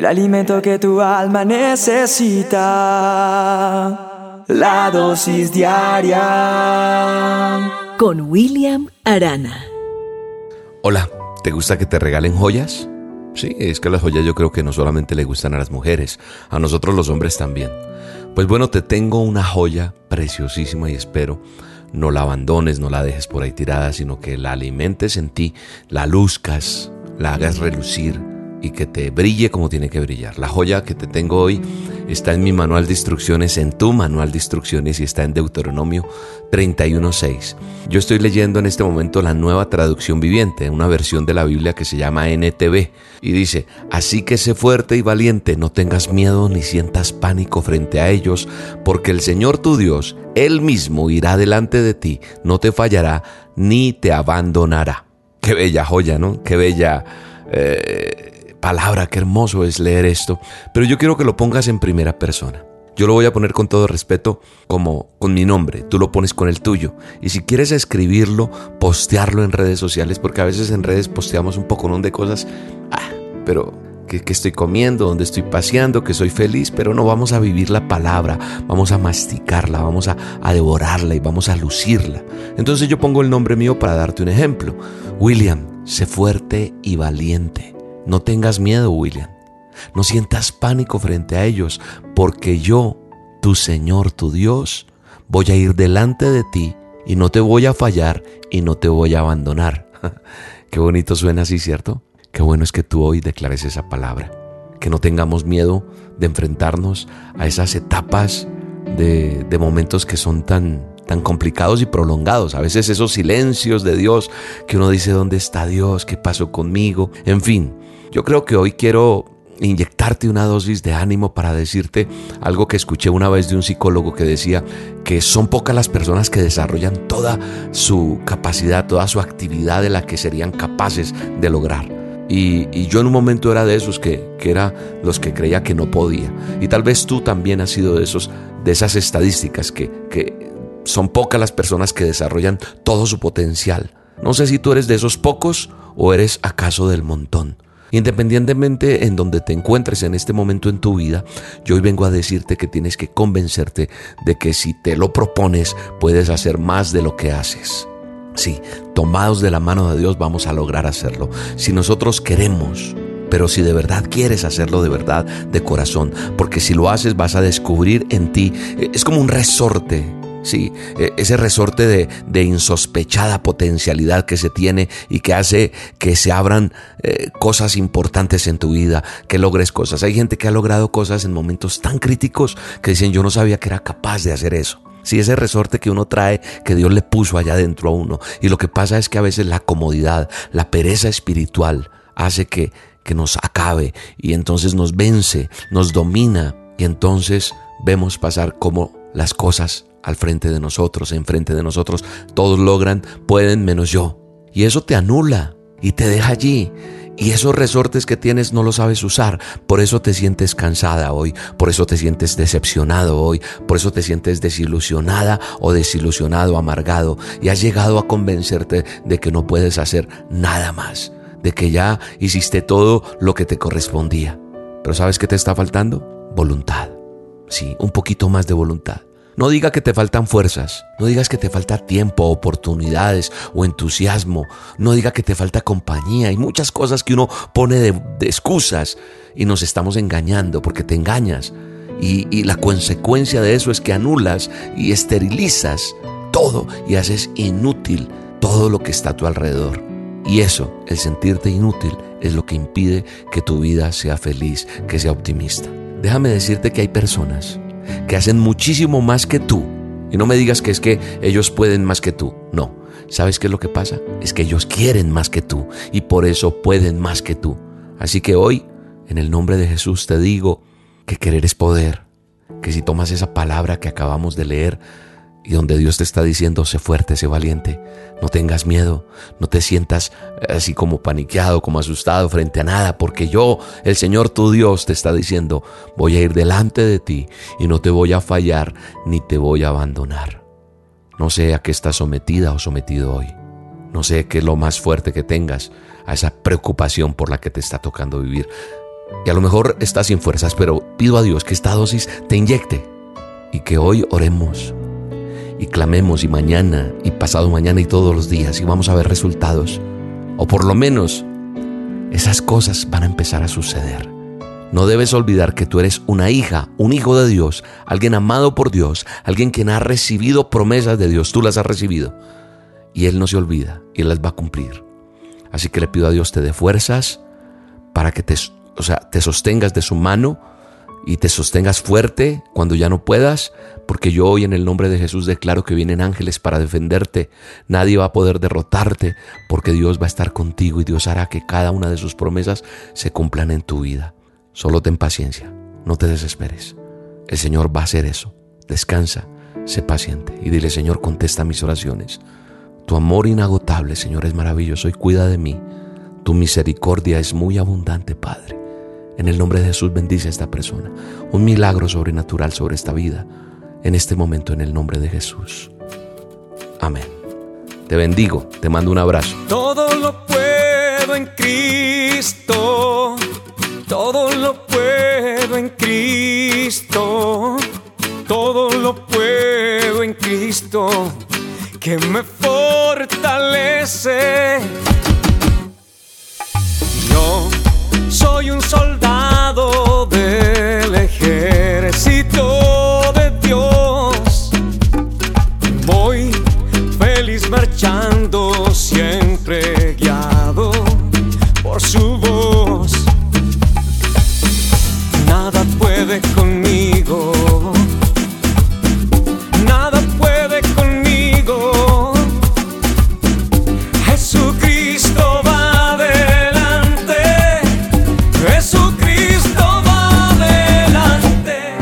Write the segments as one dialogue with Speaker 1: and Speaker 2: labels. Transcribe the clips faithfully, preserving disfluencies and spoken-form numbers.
Speaker 1: el alimento que tu alma necesita, la dosis diaria.
Speaker 2: Con William Arana.
Speaker 3: Hola, ¿te gusta que te regalen joyas? Sí, es que las joyas yo creo que no solamente le gustan a las mujeres, a nosotros los hombres también. Pues bueno, te tengo una joya preciosísima y espero no la abandones, no la dejes por ahí tirada, sino que la alimentes en ti, la luzcas, la hagas relucir y que te brille como tiene que brillar. La joya que te tengo hoy está en mi manual de instrucciones, en tu manual de instrucciones, y está en Deuteronomio treinta y uno seis. Yo estoy leyendo en este momento la Nueva Traducción Viviente, una versión de la Biblia que se llama N T V, y dice: así que sé fuerte y valiente, no tengas miedo ni sientas pánico frente a ellos, porque el Señor tu Dios, Él mismo irá delante de ti, no te fallará ni te abandonará. Qué bella joya, ¿no? Qué bella eh, palabra, qué hermoso es leer esto. Pero yo quiero que lo pongas en primera persona. Yo lo voy a poner con todo respeto como con mi nombre, tú lo pones con el tuyo. Y si quieres escribirlo, postearlo en redes sociales, porque a veces en redes posteamos un poco, ¿no?, de cosas, ah, pero que, que estoy comiendo, donde estoy paseando, que soy feliz, pero no, vamos a vivir la palabra, vamos a masticarla, vamos a, a devorarla y vamos a lucirla. Entonces yo pongo el nombre mío para darte un ejemplo. William, sé fuerte y valiente. No tengas miedo, William. No sientas pánico frente a ellos, porque yo, tu Señor, tu Dios, voy a ir delante de ti y no te voy a fallar y no te voy a abandonar. Qué bonito suena así, ¿cierto? Qué bueno es que tú hoy declares esa palabra. Que no tengamos miedo de enfrentarnos a esas etapas de, de momentos que son tan... tan complicados y prolongados. A veces esos silencios de Dios que uno dice: ¿dónde está Dios? ¿Qué pasó conmigo? En fin, yo creo que hoy quiero inyectarte una dosis de ánimo para decirte algo que escuché una vez de un psicólogo que decía que son pocas las personas que desarrollan toda su capacidad, toda su actividad de la que serían capaces de lograr. Y, y yo en un momento era de esos que, que era los que creía que no podía. Y tal vez tú también has sido de esos, de esas estadísticas que, que son pocas las personas que desarrollan todo su potencial. No sé si tú eres de esos pocos o eres acaso del montón. Independientemente en donde te encuentres en este momento en tu vida, yo hoy vengo a decirte que tienes que convencerte de que si te lo propones, puedes hacer más de lo que haces. Sí, tomados de la mano de Dios vamos a lograr hacerlo. Si nosotros queremos, pero si de verdad quieres hacerlo de verdad, de corazón, porque si lo haces vas a descubrir en ti, es como un resorte. Sí, ese resorte de, de insospechada potencialidad que se tiene y que hace que se abran eh, cosas importantes en tu vida, que logres cosas. Hay gente que ha logrado cosas en momentos tan críticos que dicen: yo no sabía que era capaz de hacer eso. Sí, ese resorte que uno trae, que Dios le puso allá dentro a uno. Y lo que pasa es que a veces la comodidad, la pereza espiritual hace que, que nos acabe y entonces nos vence, nos domina, y entonces vemos pasar como las cosas al frente de nosotros, enfrente de nosotros, todos logran, pueden menos yo. Y eso te anula y te deja allí. Y esos resortes que tienes no los sabes usar. Por eso te sientes cansada hoy, por eso te sientes decepcionado hoy, por eso te sientes desilusionada o desilusionado, amargado. Y has llegado a convencerte de que no puedes hacer nada más, de que ya hiciste todo lo que te correspondía. Pero ¿sabes qué te está faltando? Voluntad. Sí, un poquito más de voluntad. No diga que te faltan fuerzas, no digas que te falta tiempo, oportunidades o entusiasmo, no diga que te falta compañía. Hay muchas cosas que uno pone de, de excusas y nos estamos engañando porque te engañas. Y, y la consecuencia de eso es que anulas y esterilizas todo y haces inútil todo lo que está a tu alrededor. Y eso, el sentirte inútil, es lo que impide que tu vida sea feliz, que sea optimista. Déjame decirte que hay personas que hacen muchísimo más que tú. Y no me digas que es que ellos pueden más que tú. No. ¿Sabes qué es lo que pasa? Es que ellos quieren más que tú y por eso pueden más que tú. Así que hoy, en el nombre de Jesús, te digo que querer es poder. Que si tomas esa palabra que acabamos de leer y donde Dios te está diciendo: sé fuerte, sé valiente, no tengas miedo, no te sientas así como paniqueado, como asustado frente a nada, porque yo, el Señor tu Dios, te está diciendo: voy a ir delante de ti y no te voy a fallar ni te voy a abandonar. No sé a qué estás sometida o sometido hoy. No sé qué es lo más fuerte que tengas, a esa preocupación por la que te está tocando vivir. Y a lo mejor estás sin fuerzas, pero pido a Dios que esta dosis te inyecte y que hoy oremos y clamemos y mañana y pasado mañana y todos los días y vamos a ver resultados. O por lo menos esas cosas van a empezar a suceder. No debes olvidar que tú eres una hija, un hijo de Dios, alguien amado por Dios, alguien quien ha recibido promesas de Dios. Tú las has recibido y Él no se olvida y Él las va a cumplir. Así que le pido a Dios te dé fuerzas para que te, o sea, te sostengas de su mano y te sostengas fuerte cuando ya no puedas, porque yo hoy en el nombre de Jesús declaro que vienen ángeles para defenderte. Nadie va a poder derrotarte porque Dios va a estar contigo y Dios hará que cada una de sus promesas se cumplan en tu vida. Solo ten paciencia, no te desesperes. El Señor va a hacer eso. Descansa, sé paciente y dile: Señor, contesta mis oraciones. Tu amor inagotable, Señor, es maravilloso y cuida de mí. Tu misericordia es muy abundante, Padre. En el nombre de Jesús bendice a esta persona. Un milagro sobrenatural sobre esta vida. En este momento, en el nombre de Jesús. Amén. Te bendigo, te mando un abrazo.
Speaker 1: Todo lo puedo en Cristo. Todo lo puedo en Cristo. Todo lo puedo en Cristo, que me fortalece. Yo soy un soldado del ejército de Dios. Voy feliz marchando, siempre guiado por su voz. Nada puede conmigo, nada puede conmigo. Jesucristo va adelante, Jesucristo va adelante.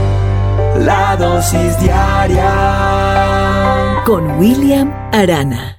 Speaker 1: La dosis diaria
Speaker 2: con William Arana.